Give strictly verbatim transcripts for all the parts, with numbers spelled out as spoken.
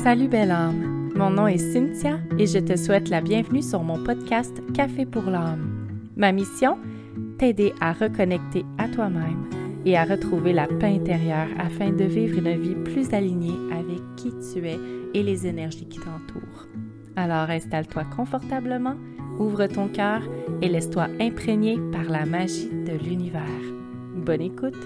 Salut belle âme, mon nom est Cynthia et je te souhaite la bienvenue sur mon podcast Café pour l'âme. Ma mission? T'aider à reconnecter à toi-même et à retrouver la paix intérieure afin de vivre une vie plus alignée avec qui tu es et les énergies qui t'entourent. Alors installe-toi confortablement, ouvre ton cœur et laisse-toi imprégner par la magie de l'univers. Bonne écoute!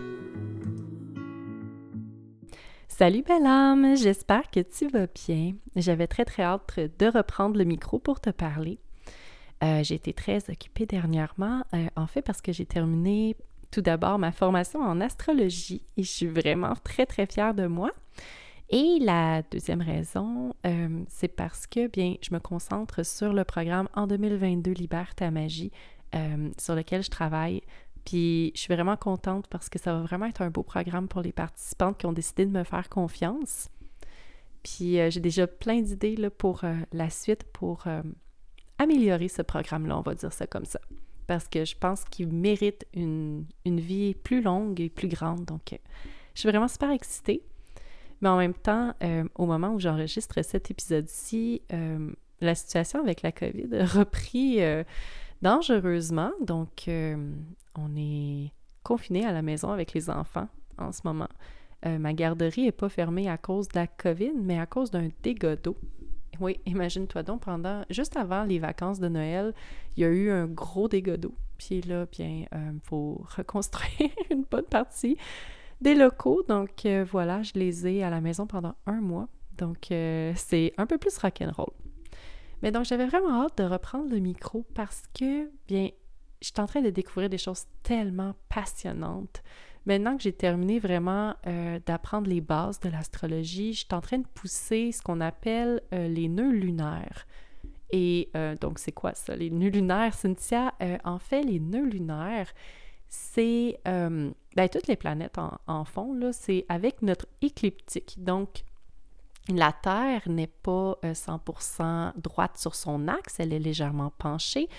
Salut belle âme, j'espère que tu vas bien. J'avais très très hâte de reprendre le micro pour te parler. Euh, j'ai été très occupée dernièrement, euh, en fait parce que j'ai terminé tout d'abord ma formation en astrologie et je suis vraiment très très fière de moi. Et la deuxième raison, euh, c'est parce que bien, je me concentre sur le programme en deux mille vingt-deux Libère ta magie, euh, sur lequel je travaille. Puis je suis vraiment contente parce que ça va vraiment être un beau programme pour les participantes qui ont décidé de me faire confiance. Puis euh, j'ai déjà plein d'idées là, pour euh, la suite, pour euh, améliorer ce programme-là, on va dire ça comme ça. Parce que je pense qu'il mérite une, une vie plus longue et plus grande. Donc, euh, je suis vraiment super excitée. Mais en même temps, euh, au moment où j'enregistre cet épisode-ci, euh, la situation avec la COVID a repris euh, dangereusement. Donc, euh, on est confinés à la maison avec les enfants en ce moment. Euh, ma garderie n'est pas fermée à cause de la COVID, mais à cause d'un dégât d'eau. Oui, imagine-toi donc, pendant, juste avant les vacances de Noël, il y a eu un gros dégât d'eau. Puis là, bien, il euh, faut reconstruire une bonne partie des locaux. Donc euh, voilà, je les ai à la maison pendant un mois. Donc euh, c'est un peu plus rock'n'roll. Mais donc j'avais vraiment hâte de reprendre le micro parce que, bien, je suis en train de découvrir des choses tellement passionnantes. Maintenant que j'ai terminé vraiment euh, d'apprendre les bases de l'astrologie, je suis en train de pousser ce qu'on appelle euh, les nœuds lunaires. Et euh, donc, c'est quoi ça, les nœuds lunaires, Cynthia? Euh, en fait, les nœuds lunaires, c'est... Euh, ben, toutes les planètes en, en font, là, c'est avec notre écliptique. Donc, la Terre n'est pas euh, cent pour cent droite sur son axe, elle est légèrement penchée.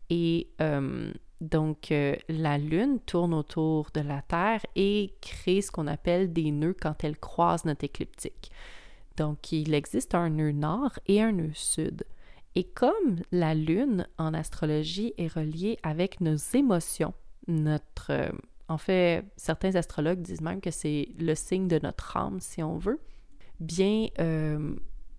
Et euh, donc, euh, la Lune tourne autour de la Terre et crée ce qu'on appelle des nœuds quand elle croise notre écliptique. Donc, il existe un nœud nord et un nœud sud. Et comme la Lune, en astrologie, est reliée avec nos émotions, notre... Euh, en fait, certains astrologues disent même que c'est le signe de notre âme, si on veut, bien... Euh,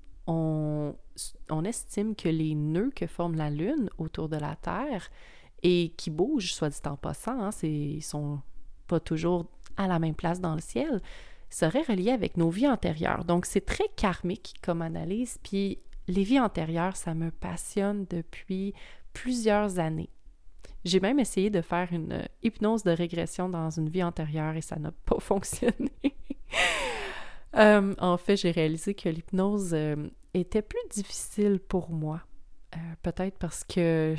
On, on estime que les nœuds que forme la Lune autour de la Terre et qui bougent, soit dit en passant, hein, c'est, ils sont pas toujours à la même place dans le ciel, seraient reliés avec nos vies antérieures. Donc, c'est très karmique comme analyse, puis les vies antérieures, ça me passionne depuis plusieurs années. J'ai même essayé de faire une hypnose de régression dans une vie antérieure et ça n'a pas fonctionné. Euh, en fait, j'ai réalisé que l'hypnose euh, était plus difficile pour moi. Euh, peut-être parce que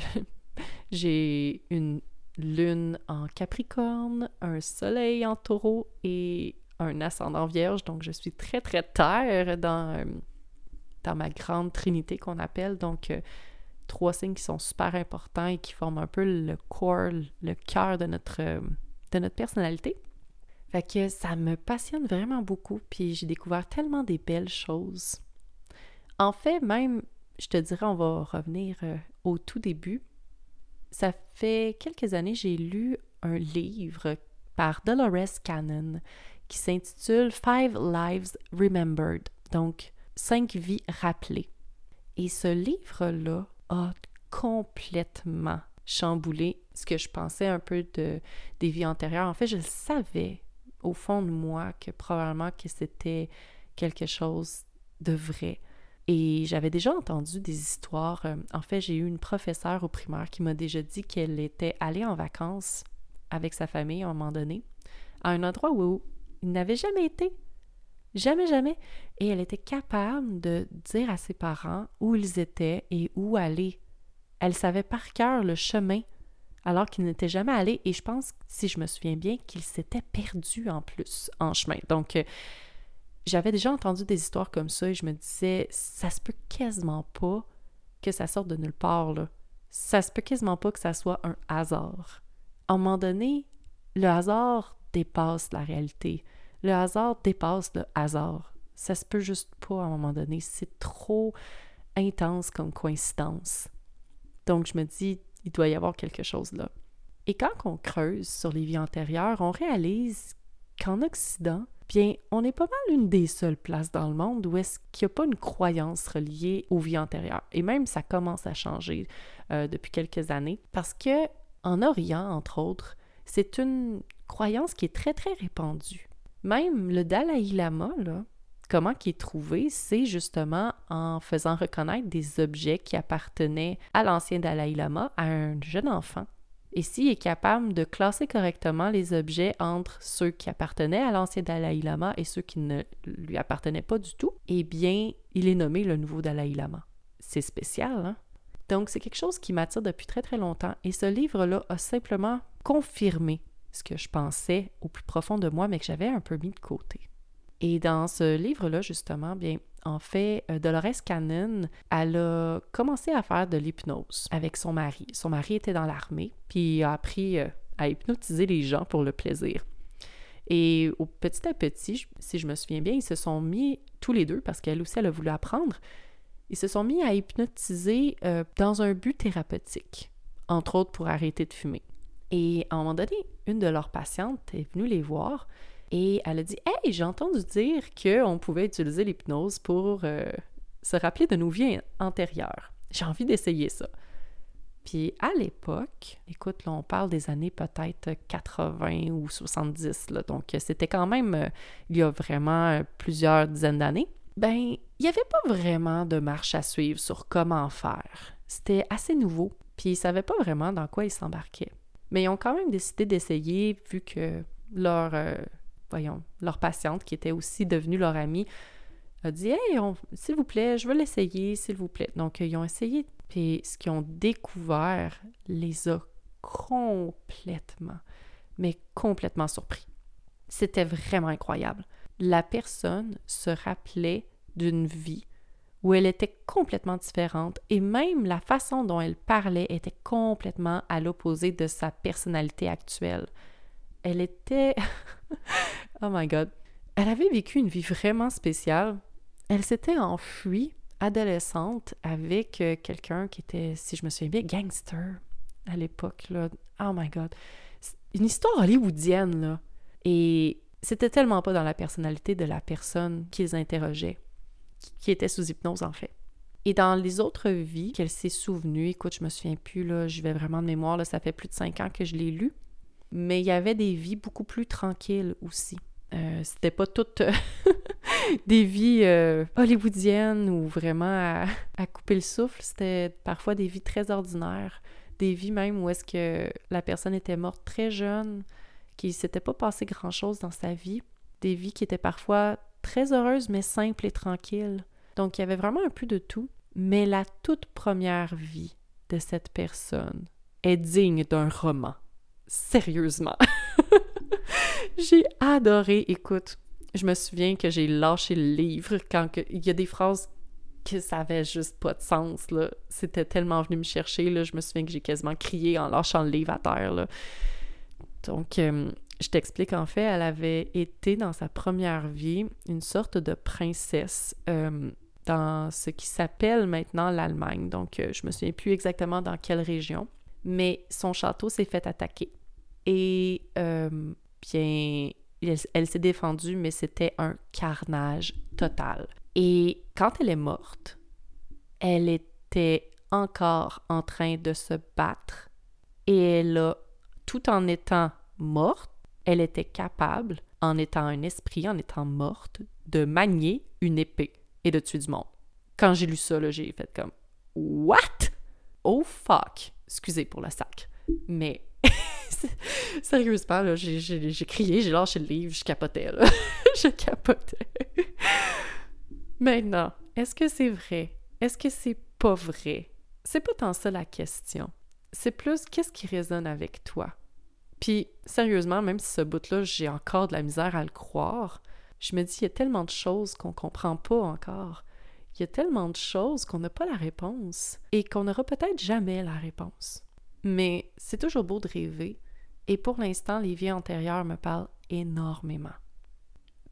j'ai une lune en Capricorne, un soleil en Taureau et un ascendant Vierge. Donc, je suis très, très terre dans, euh, dans ma grande trinité qu'on appelle. Donc, euh, trois signes qui sont super importants et qui forment un peu le core, le cœur de notre, euh, de notre personnalité. Fait que ça me passionne vraiment beaucoup, puis j'ai découvert tellement des belles choses. En fait, même, je te dirais, on va revenir euh, au tout début. Ça fait quelques années, j'ai lu un livre par Dolores Cannon qui s'intitule « Five Lives Remembered », donc « Cinq vies rappelées ». Et ce livre-là a complètement chamboulé ce que je pensais un peu de, des vies antérieures. En fait, je le savais au fond de moi que probablement que c'était quelque chose de vrai. Et j'avais déjà entendu des histoires. En fait, j'ai eu une professeure au primaire qui m'a déjà dit qu'elle était allée en vacances avec sa famille à un moment donné, à un endroit où il n'avait jamais été. Jamais, jamais. Et elle était capable de dire à ses parents où ils étaient et où aller. Elle savait par cœur le chemin alors qu'il n'était jamais allé, et je pense, si je me souviens bien, qu'il s'était perdu en plus en chemin. Donc, euh, j'avais déjà entendu des histoires comme ça, et je me disais, ça se peut quasiment pas que ça sorte de nulle part, là. Ça se peut quasiment pas que ça soit un hasard. À un moment donné, le hasard dépasse la réalité. Le hasard dépasse le hasard. Ça se peut juste pas à un moment donné. C'est trop intense comme coïncidence. Donc, je me dis, il doit y avoir quelque chose là. Et quand on creuse sur les vies antérieures, on réalise qu'en Occident, bien, on est pas mal une des seules places dans le monde où est-ce qu'il n'y a pas une croyance reliée aux vies antérieures. Et même, ça commence à changer euh, depuis quelques années. Parce que en Orient, entre autres, c'est une croyance qui est très, très répandue. Même le Dalai Lama, là, comment il est trouvé, c'est justement en faisant reconnaître des objets qui appartenaient à l'ancien Dalai Lama à un jeune enfant. Et s'il est capable de classer correctement les objets entre ceux qui appartenaient à l'ancien Dalai Lama et ceux qui ne lui appartenaient pas du tout, eh bien, il est nommé le nouveau Dalai Lama. C'est spécial, hein? Donc, c'est quelque chose qui m'attire depuis très, très longtemps. Et ce livre-là a simplement confirmé ce que je pensais au plus profond de moi, mais que j'avais un peu mis de côté. Et dans ce livre-là, justement, bien, en fait, Dolores Cannon, elle a commencé à faire de l'hypnose avec son mari. Son mari était dans l'armée, puis il a appris à hypnotiser les gens pour le plaisir. Et au petit à petit, si je me souviens bien, ils se sont mis tous les deux, parce qu'elle aussi, elle a voulu apprendre, ils se sont mis à hypnotiser euh, dans un but thérapeutique, entre autres pour arrêter de fumer. Et à un moment donné, une de leurs patientes est venue les voir, et elle a dit « Hey, j'ai entendu dire qu'on pouvait utiliser l'hypnose pour euh, se rappeler de nos vies antérieures. J'ai envie d'essayer ça. » Puis à l'époque, écoute, là, on parle des années peut-être quatre-vingts ou soixante-dix, là, donc c'était quand même, euh, il y a vraiment euh, plusieurs dizaines d'années, ben, il n'y avait pas vraiment de marche à suivre sur comment faire. C'était assez nouveau, puis ils ne savaient pas vraiment dans quoi ils s'embarquaient. Mais ils ont quand même décidé d'essayer, vu que leur... Euh, voyons, leur patiente, qui était aussi devenue leur amie, a dit « Hey, on, s'il vous plaît, je veux l'essayer, s'il vous plaît. » Donc, ils ont essayé, puis ce qu'ils ont découvert les a complètement, mais complètement surpris. C'était vraiment incroyable. La personne se rappelait d'une vie où elle était complètement différente et même la façon dont elle parlait était complètement à l'opposé de sa personnalité actuelle. Elle était... oh my God! Elle avait vécu une vie vraiment spéciale. Elle s'était enfuie, adolescente, avec euh, quelqu'un qui était, si je me souviens bien, gangster à l'époque, là. Oh my God! C'est une histoire hollywoodienne, là. Et c'était tellement pas dans la personnalité de la personne qu'ils interrogeaient, qui était sous hypnose, en fait. Et dans les autres vies qu'elle s'est souvenue, écoute, je me souviens plus, là, je vais vraiment de mémoire, là, ça fait plus de cinq ans que je l'ai lu, mais il y avait des vies beaucoup plus tranquilles aussi. Euh, c'était pas toutes euh, des vies euh, hollywoodiennes ou vraiment à, à couper le souffle. C'était parfois des vies très ordinaires. Des vies même où est-ce que la personne était morte très jeune, qu'il ne s'était pas passé grand-chose dans sa vie. Des vies qui étaient parfois très heureuses, mais simples et tranquilles. Donc, il y avait vraiment un peu de tout. Mais la toute première vie de cette personne est digne d'un roman. Sérieusement. J'ai adoré. Écoute, je me souviens que j'ai lâché le livre quand que... il y a des phrases que ça avait juste pas de sens, là. C'était tellement venu me chercher, là. Je me souviens que j'ai quasiment crié en lâchant le livre à terre, là. Donc, euh, je t'explique, en fait, elle avait été dans sa première vie une sorte de princesse euh, dans ce qui s'appelle maintenant l'Allemagne. Donc, euh, je me souviens plus exactement dans quelle région, mais son château s'est fait attaquer. Et, euh, bien, elle, elle s'est défendue, mais c'était un carnage total. Et quand elle est morte, elle était encore en train de se battre et elle a, tout en étant morte, elle était capable, en étant un esprit, en étant morte, de manier une épée et de tuer du monde. Quand j'ai lu ça, là, j'ai fait comme « What? Oh fuck! » Excusez pour le sac. Mais sérieusement, là, j'ai, j'ai, j'ai crié, j'ai lâché le livre, je capotais, là. je capotais. Maintenant, est-ce que c'est vrai? Est-ce que c'est pas vrai? C'est pas tant ça la question. C'est plus, qu'est-ce qui résonne avec toi? Puis, sérieusement, même si ce bout-là, j'ai encore de la misère à le croire, je me dis, il y a tellement de choses qu'on comprend pas encore. Il y a tellement de choses qu'on n'a pas la réponse et qu'on n'aura peut-être jamais la réponse. Mais c'est toujours beau de rêver et pour l'instant, les vies antérieures me parlent énormément.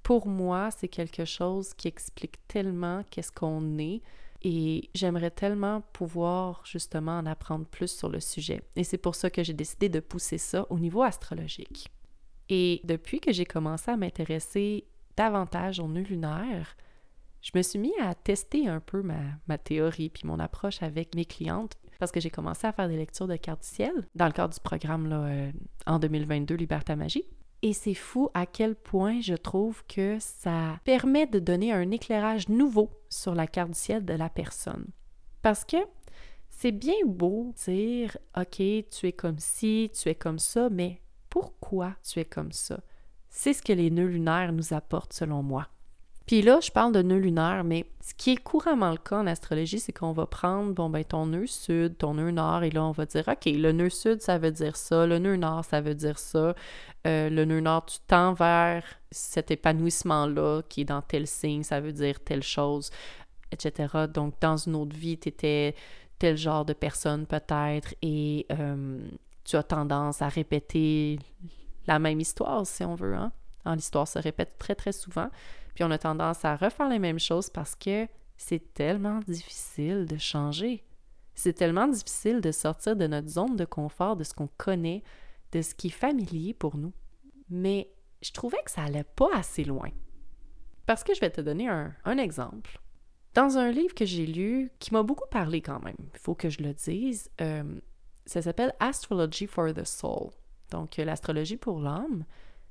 pour moi, c'est quelque chose qui explique tellement qu'est-ce qu'on est et j'aimerais tellement pouvoir justement en apprendre plus sur le sujet. Et c'est pour ça que j'ai décidé de pousser ça au niveau astrologique. Et depuis que j'ai commencé à m'intéresser davantage aux nœuds lunaires, je me suis mis à tester un peu ma, ma théorie puis mon approche avec mes clientes parce que j'ai commencé à faire des lectures de cartes du ciel dans le cadre du programme là, euh, en deux mille vingt-deux Liberta Magie. Et c'est fou à quel point je trouve que ça permet de donner un éclairage nouveau sur la carte du ciel de la personne. Parce que c'est bien beau dire « OK, tu es comme ci, tu es comme ça », mais pourquoi tu es comme ça? C'est ce que les nœuds lunaires nous apportent selon moi. Puis là, je parle de nœuds lunaires, mais ce qui est couramment le cas en astrologie, c'est qu'on va prendre, bon, ben ton nœud sud, ton nœud nord, et là, on va dire, OK, le nœud sud, ça veut dire ça, le nœud nord, ça veut dire ça, euh, le nœud nord, tu tends vers cet épanouissement-là qui est dans tel signe, ça veut dire telle chose, et cetera. Donc, dans une autre vie, tu étais tel genre de personne peut-être, et euh, tu as tendance à répéter la même histoire, si on veut, hein? L'histoire se répète très, très souvent. Puis on a tendance à refaire les mêmes choses parce que c'est tellement difficile de changer. C'est tellement difficile de sortir de notre zone de confort, de ce qu'on connaît, de ce qui est familier pour nous. Mais je trouvais que ça allait pas assez loin. Parce que je vais te donner un, un exemple. Dans un livre que j'ai lu, qui m'a beaucoup parlé quand même, il faut que je le dise, euh, ça s'appelle « Astrology for the Soul ». Donc, l'astrologie pour l'âme,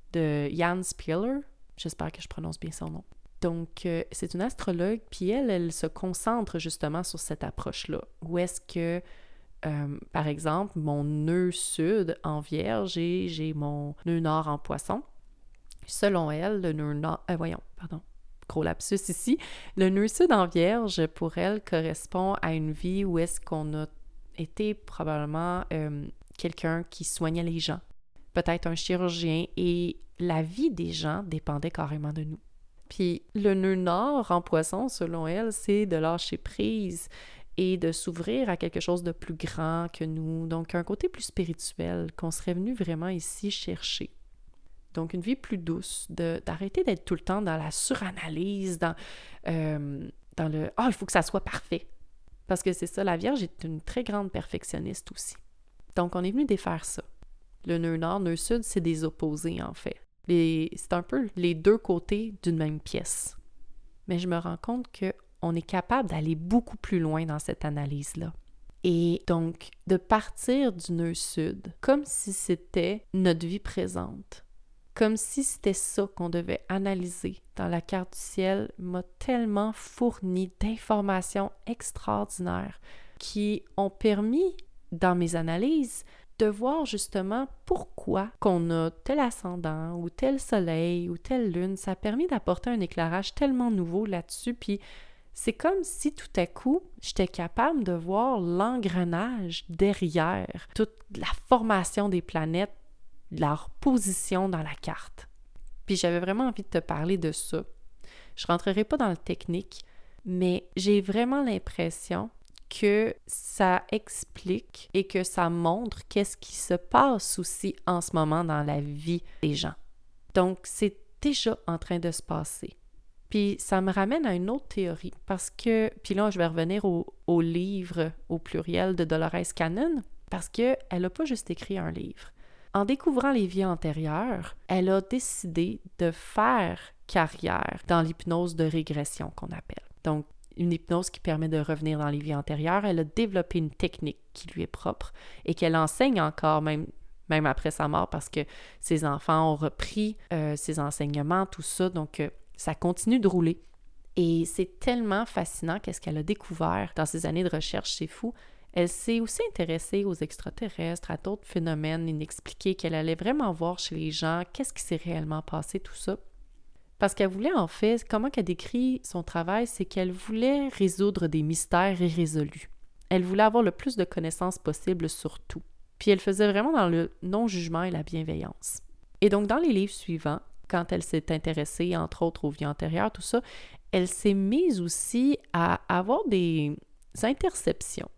de Jan Spieler. J'espère que je prononce bien son nom. Donc, euh, c'est une astrologue, puis elle, elle se concentre justement sur cette approche-là. Où est-ce que, euh, par exemple, mon nœud sud en Vierge et j'ai mon nœud nord en Poisson. Selon elle, le nœud nord... Euh, voyons, pardon, gros lapsus ici. Le nœud sud en Vierge, pour elle, correspond à une vie où est-ce qu'on a été probablement euh, quelqu'un qui soignait les gens. Peut-être un chirurgien, et la vie des gens dépendait carrément de nous. Puis le nœud nord en Poisson, selon elle, c'est de lâcher prise et de s'ouvrir à quelque chose de plus grand que nous, donc un côté plus spirituel qu'on serait venu vraiment ici chercher. Donc une vie plus douce, de, d'arrêter d'être tout le temps dans la suranalyse, dans, euh, dans le « Ah, oh, il faut que ça soit parfait ». Parce que c'est ça, la Vierge est une très grande perfectionniste aussi. Donc on est venu défaire ça. Le nœud nord, nœud sud, c'est des opposés, en fait. Les, c'est un peu les deux côtés d'une même pièce. Mais je me rends compte qu'on est capable d'aller beaucoup plus loin dans cette analyse-là. Et donc, de partir du nœud sud, comme si c'était notre vie présente, comme si c'était ça qu'on devait analyser dans la carte du ciel, m'a tellement fourni d'informations extraordinaires qui ont permis, dans mes analyses, de voir justement pourquoi qu'on a tel ascendant ou tel soleil ou telle lune. Ça a permis d'apporter un éclairage tellement nouveau là-dessus. Puis c'est comme si tout à coup, j'étais capable de voir l'engrenage derrière toute la formation des planètes, leur position dans la carte. Puis j'avais vraiment envie de te parler de ça. Je ne rentrerai pas dans le technique, mais j'ai vraiment l'impression que ça explique et que ça montre qu'est-ce qui se passe aussi en ce moment dans la vie des gens. Donc, c'est déjà en train de se passer. Puis, ça me ramène à une autre théorie, parce que, puis là, je vais revenir au, au livre au pluriel de Dolores Cannon, parce qu'elle n'a pas juste écrit un livre. En découvrant les vies antérieures, elle a décidé de faire carrière dans l'hypnose de régression qu'on appelle. Donc, une hypnose qui permet de revenir dans les vies antérieures. Elle a développé une technique qui lui est propre et qu'elle enseigne encore, même, même après sa mort, parce que ses enfants ont repris euh, ses enseignements, tout ça. Donc, euh, ça continue de rouler. Et c'est tellement fascinant qu'est-ce qu'elle a découvert dans ses années de recherche, c'est fou. Elle s'est aussi intéressée aux extraterrestres, à d'autres phénomènes inexpliqués qu'elle allait vraiment voir chez les gens, qu'est-ce qui s'est réellement passé, tout ça. Parce qu'elle voulait, en fait, comment qu'elle décrit son travail, c'est qu'elle voulait résoudre des mystères irrésolus. Elle voulait avoir le plus de connaissances possible sur tout. Puis elle faisait vraiment dans le non-jugement et la bienveillance. Et donc, dans les livres suivants, quand elle s'est intéressée, entre autres, aux vies antérieures, tout ça, elle s'est mise aussi à avoir des interceptions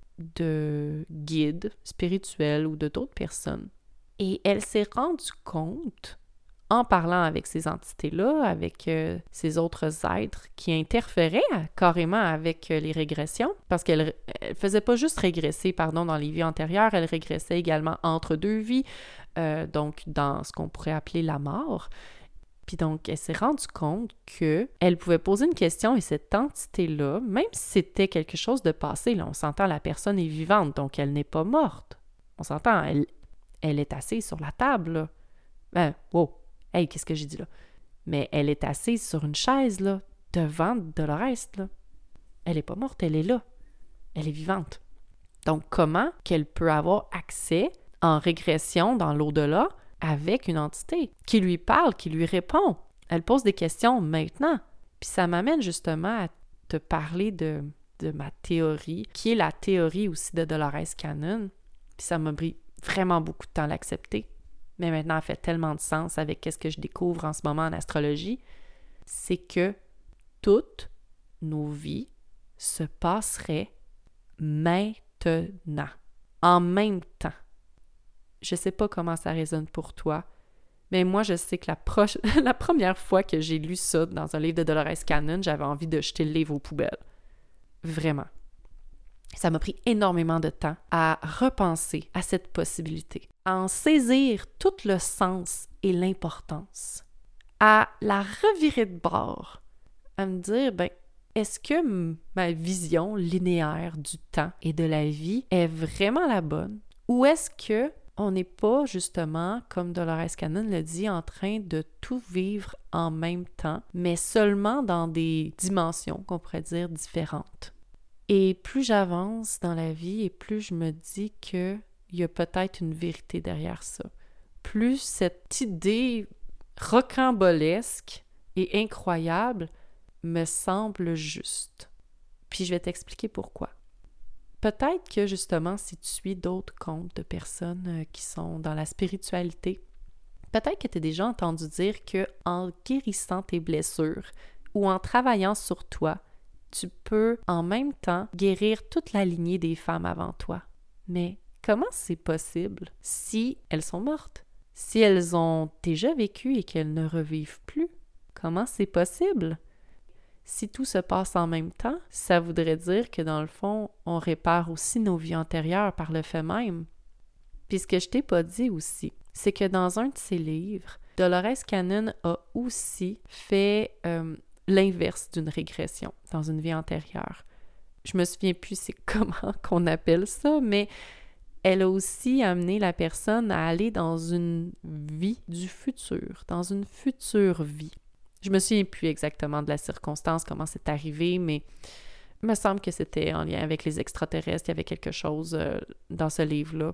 de guides spirituels ou de d'autres personnes. Et elle s'est rendue compte, en parlant avec ces entités-là, avec euh, ces autres êtres qui interféraient carrément avec euh, les régressions, parce qu'elle ne faisait pas juste régresser, pardon, dans les vies antérieures, elle régressait également entre deux vies, euh, donc dans ce qu'on pourrait appeler la mort. Puis donc, elle s'est rendue compte qu'elle pouvait poser une question et cette entité-là, même si c'était quelque chose de passé, là, on s'entend, la personne est vivante, donc elle n'est pas morte. On s'entend, elle, elle est assise sur la table, là. Ben, wow! Hey, qu'est-ce que j'ai dit là? Mais elle est assise sur une chaise, là, devant Dolores, là. Elle n'est pas morte, elle est là. Elle est vivante. Donc, comment qu'elle peut avoir accès en régression dans l'au-delà avec une entité qui lui parle, qui lui répond? Elle pose des questions maintenant. Puis ça m'amène justement à te parler de, de ma théorie, qui est la théorie aussi de Dolores Cannon. Puis ça m'a pris vraiment beaucoup de temps à l'accepter. Mais maintenant, elle fait tellement de sens avec ce que je découvre en ce moment en astrologie, c'est que toutes nos vies se passeraient maintenant, en même temps. Je sais pas comment ça résonne pour toi, mais moi, je sais que la, proche... la première fois que j'ai lu ça dans un livre de Dolores Cannon, j'avais envie de jeter le livre aux poubelles. Vraiment. Ça m'a pris énormément de temps à repenser à cette possibilité, à en saisir tout le sens et l'importance, à la revirer de bord, à me dire, ben, est-ce que m- ma vision linéaire du temps et de la vie est vraiment la bonne? Ou est-ce que on n'est pas, justement, comme Dolores Cannon le dit, en train de tout vivre en même temps, mais seulement dans des dimensions qu'on pourrait dire différentes? Et plus j'avance dans la vie et plus je me dis qu'il y a peut-être une vérité derrière ça. Plus cette idée rocambolesque et incroyable me semble juste. Puis je vais t'expliquer pourquoi. Peut-être que justement, si tu suis d'autres comptes de personnes qui sont dans la spiritualité, peut-être que tu as déjà entendu dire qu'en guérissant tes blessures ou en travaillant sur toi, tu peux en même temps guérir toute la lignée des femmes avant toi. Mais comment c'est possible si elles sont mortes? Si elles ont déjà vécu et qu'elles ne revivent plus? Comment c'est possible? Si tout se passe en même temps, ça voudrait dire que dans le fond, on répare aussi nos vies antérieures par le fait même. Puis ce que je t'ai pas dit aussi, c'est que dans un de ses livres, Dolores Cannon a aussi fait euh, l'inverse d'une régression dans une vie antérieure. Je me souviens plus c'est comment qu'on appelle ça, mais elle a aussi amené la personne à aller dans une vie du futur, dans une future vie. Je me souviens plus exactement de la circonstance, comment c'est arrivé, mais il me semble que c'était en lien avec les extraterrestres, il y avait quelque chose euh, dans ce livre-là.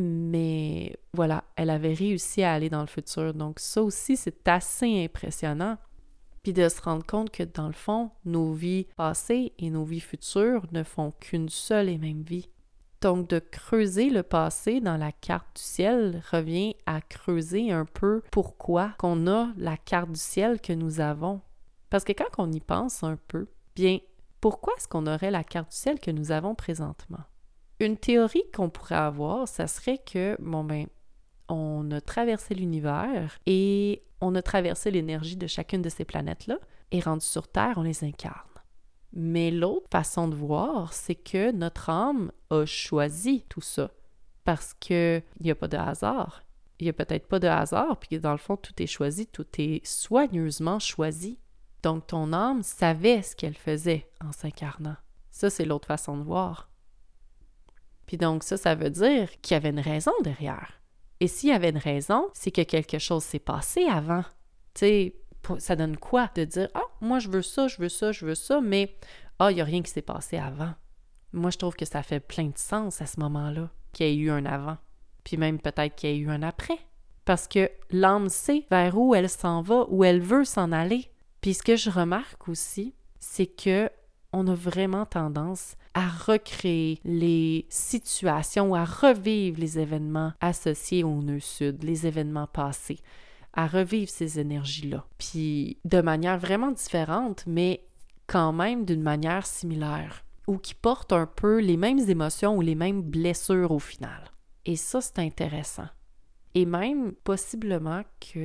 Mais voilà, elle avait réussi à aller dans le futur, donc ça aussi, c'est assez impressionnant. Puis de se rendre compte que, dans le fond, nos vies passées et nos vies futures ne font qu'une seule et même vie. Donc, de creuser le passé dans la carte du ciel revient à creuser un peu pourquoi qu'on a la carte du ciel que nous avons. Parce que quand on y pense un peu, bien, pourquoi est-ce qu'on aurait la carte du ciel que nous avons présentement? Une théorie qu'on pourrait avoir, ça serait que, bon ben, on a traversé l'univers et on a traversé l'énergie de chacune de ces planètes-là et rendu sur Terre, on les incarne. Mais l'autre façon de voir, c'est que notre âme a choisi tout ça parce qu'il n'y a pas de hasard. Il n'y a peut-être pas de hasard, puis dans le fond, tout est choisi, tout est soigneusement choisi. Donc, ton âme savait ce qu'elle faisait en s'incarnant. Ça, c'est l'autre façon de voir. Puis donc, ça, ça veut dire qu'il y avait une raison derrière. Et s'il y avait une raison, c'est que quelque chose s'est passé avant. Tu sais, ça donne quoi de dire « Ah, moi, je veux ça, je veux ça, je veux ça », mais « Ah, il n'y a rien qui s'est passé avant ». Moi, je trouve que ça fait plein de sens à ce moment-là, qu'il y ait eu un avant. Puis même peut-être qu'il y ait eu un après. Parce que l'âme sait vers où elle s'en va, où elle veut s'en aller. Puis ce que je remarque aussi, c'est que on a vraiment tendance à recréer les situations, à revivre les événements associés au nœud sud, les événements passés, à revivre ces énergies-là. Puis de manière vraiment différente, mais quand même d'une manière similaire, ou qui portent un peu les mêmes émotions ou les mêmes blessures au final. Et ça, c'est intéressant. Et même possiblement que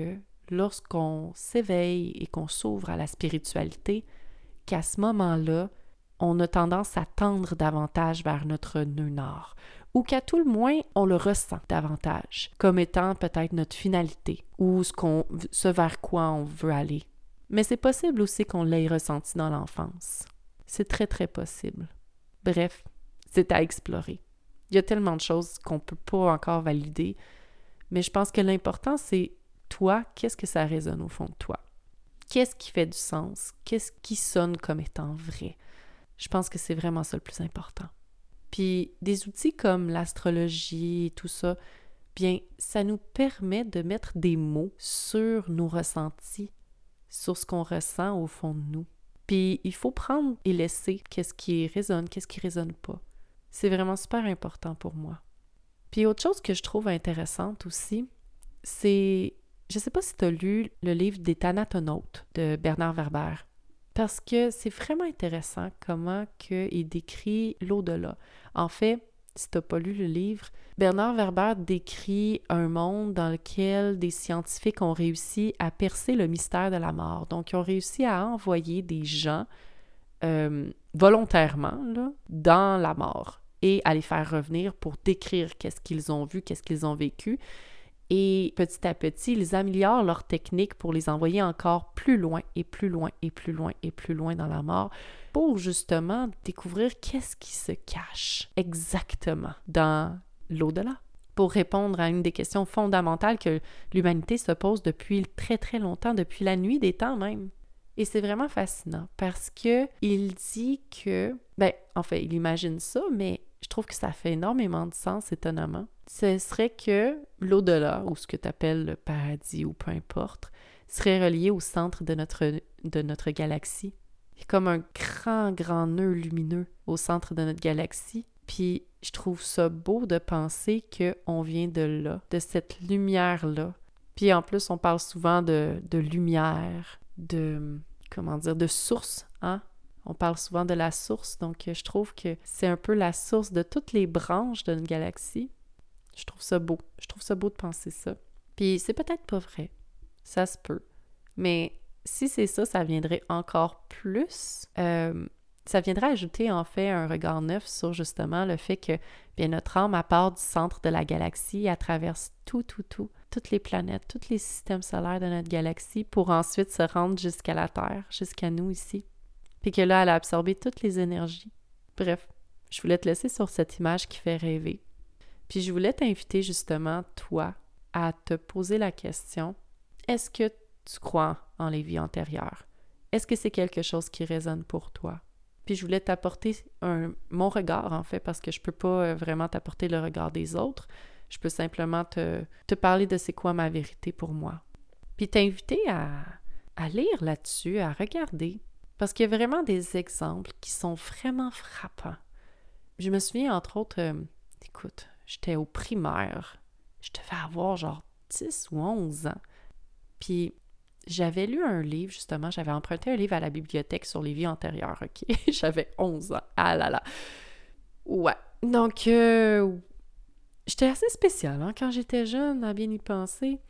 lorsqu'on s'éveille et qu'on s'ouvre à la spiritualité, qu'à ce moment-là, on a tendance à tendre davantage vers notre nœud nord, ou qu'à tout le moins, on le ressent davantage, comme étant peut-être notre finalité, ou ce, qu'on, ce vers quoi on veut aller. Mais c'est possible aussi qu'on l'ait ressenti dans l'enfance. C'est très, très possible. Bref, c'est à explorer. Il y a tellement de choses qu'on ne peut pas encore valider, mais je pense que l'important, c'est toi, qu'est-ce que ça résonne au fond de toi? Qu'est-ce qui fait du sens? Qu'est-ce qui sonne comme étant vrai? Je pense que c'est vraiment ça le plus important. Puis des outils comme l'astrologie et tout ça, bien, ça nous permet de mettre des mots sur nos ressentis, sur ce qu'on ressent au fond de nous. Puis il faut prendre et laisser qu'est-ce qui résonne, qu'est-ce qui résonne pas. C'est vraiment super important pour moi. Puis autre chose que je trouve intéressante aussi, c'est, je sais pas si tu as lu le livre des Thanatonautes de Bernard Werber, parce que c'est vraiment intéressant comment que il décrit l'au-delà. En fait, si tu n'as pas lu le livre, Bernard Werber décrit un monde dans lequel des scientifiques ont réussi à percer le mystère de la mort. Donc, ils ont réussi à envoyer des gens euh, volontairement là, dans la mort et à les faire revenir pour décrire qu'est-ce qu'ils ont vu, qu'est-ce qu'ils ont vécu. Et petit à petit, ils améliorent leurs techniques pour les envoyer encore plus loin et plus loin et plus loin et plus loin dans la mort pour justement découvrir qu'est-ce qui se cache exactement dans l'au-delà. Pour répondre à une des questions fondamentales que l'humanité se pose depuis très très longtemps, depuis la nuit des temps même. Et c'est vraiment fascinant parce que il dit que, ben en fait, il imagine ça, mais je trouve que ça fait énormément de sens, étonnamment. Ce serait que l'au-delà, ou ce que tu appelles le paradis, ou peu importe, serait relié au centre de notre, de notre galaxie. Il y a comme un grand, grand nœud lumineux au centre de notre galaxie. Puis je trouve ça beau de penser qu'on vient de là, de cette lumière-là. Puis en plus, on parle souvent de, de lumière, de, comment dire, de source, hein? On parle souvent de la source, donc je trouve que c'est un peu la source de toutes les branches de notre galaxie. Je trouve ça beau. Je trouve ça beau de penser ça. Puis c'est peut-être pas vrai. Ça se peut. Mais si c'est ça, ça viendrait encore plus... Euh, ça viendrait ajouter en fait un regard neuf sur justement le fait que bien, notre âme, à part du centre de la galaxie, elle traverse tout, tout, tout, toutes les planètes, tous les systèmes solaires de notre galaxie pour ensuite se rendre jusqu'à la Terre, jusqu'à nous ici. Puis que là, elle a absorbé toutes les énergies. Bref, je voulais te laisser sur cette image qui fait rêver. Puis je voulais t'inviter justement, toi, à te poser la question, est-ce que tu crois en les vies antérieures? Est-ce que c'est quelque chose qui résonne pour toi? Puis je voulais t'apporter un, mon regard, en fait, parce que je peux pas vraiment t'apporter le regard des autres. Je peux simplement te, te parler de c'est quoi ma vérité pour moi. Puis t'inviter à, à lire là-dessus, à regarder. Parce qu'il y a vraiment des exemples qui sont vraiment frappants. Je me souviens, entre autres, euh, écoute, j'étais au primaire. Je devais avoir genre dix ou onze ans. Puis j'avais lu un livre, justement, j'avais emprunté un livre à la bibliothèque sur les vies antérieures, OK? J'avais onze ans. Ah là là! Ouais. Donc, euh, j'étais assez spéciale, hein, quand j'étais jeune, à bien y penser.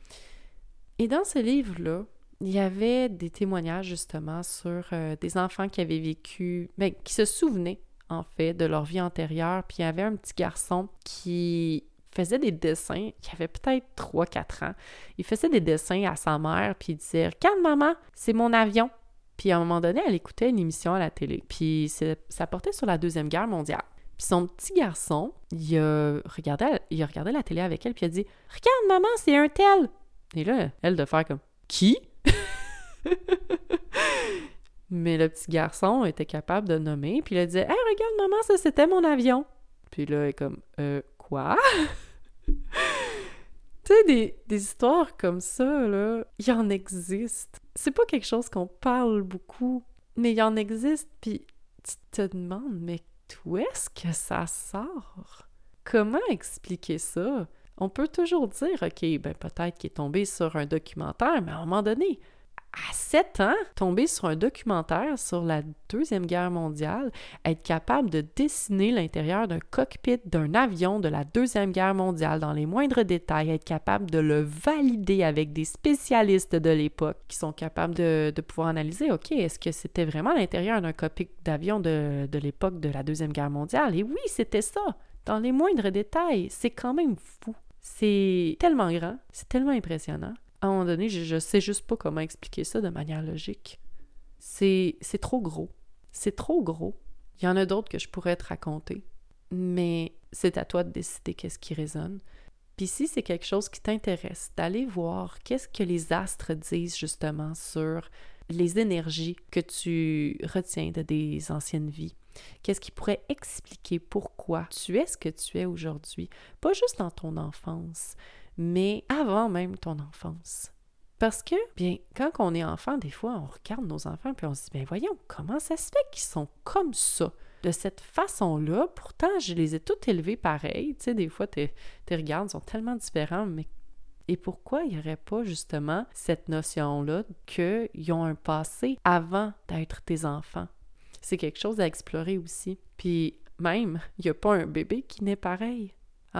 Et dans ce livre-là, il y avait des témoignages, justement, sur euh, des enfants qui avaient vécu, ben, qui se souvenaient, en fait, de leur vie antérieure. Puis il y avait un petit garçon qui faisait des dessins, qui avait peut-être trois quatre ans. Il faisait des dessins à sa mère, puis il disait « Regarde, maman, c'est mon avion! » Puis à un moment donné, elle écoutait une émission à la télé. Puis ça portait sur la Deuxième Guerre mondiale. Puis son petit garçon, il a regardé, il a regardé la télé avec elle, puis il a dit « Regarde, maman, c'est un tel! » Et là, elle de faire comme « Qui? » Mais le petit garçon était capable de nommer, puis il a dit « Hey, regarde, maman, ça, c'était mon avion! » Puis là, elle est comme « Euh, quoi? » Tu sais, des, des histoires comme ça, là, il y en existe. C'est pas quelque chose qu'on parle beaucoup, mais il y en existe, puis tu te demandes, mais d'où est-ce que ça sort? Comment expliquer ça? On peut toujours dire, OK, ben peut-être qu'il est tombé sur un documentaire, mais à un moment donné, à sept ans, tomber sur un documentaire sur la Deuxième Guerre mondiale, être capable de dessiner l'intérieur d'un cockpit d'un avion de la Deuxième Guerre mondiale dans les moindres détails, être capable de le valider avec des spécialistes de l'époque qui sont capables de, de pouvoir analyser, OK, est-ce que c'était vraiment l'intérieur d'un cockpit d'avion de, de l'époque de la Deuxième Guerre mondiale? Et oui, c'était ça, dans les moindres détails. C'est quand même fou. C'est tellement grand, c'est tellement impressionnant. À un moment donné, je, je sais juste pas comment expliquer ça de manière logique. C'est, c'est trop gros. C'est trop gros. Il y en a d'autres que je pourrais te raconter, mais c'est à toi de décider qu'est-ce qui résonne. Puis si c'est quelque chose qui t'intéresse, d'aller voir qu'est-ce que les astres disent justement sur les énergies que tu retiens de des anciennes vies. Qu'est-ce qui pourrait expliquer pourquoi tu es ce que tu es aujourd'hui, pas juste dans ton enfance, mais avant même ton enfance. Parce que, bien, quand on est enfant, des fois, on regarde nos enfants puis on se dit, bien voyons, comment ça se fait qu'ils sont comme ça, de cette façon-là? Pourtant, je les ai tous élevés pareil. Tu sais, des fois, tes regards sont tellement différents, mais et pourquoi il n'y aurait pas justement cette notion-là qu'ils ont un passé avant d'être tes enfants? C'est quelque chose à explorer aussi. Puis même, il n'y a pas un bébé qui naît pareil.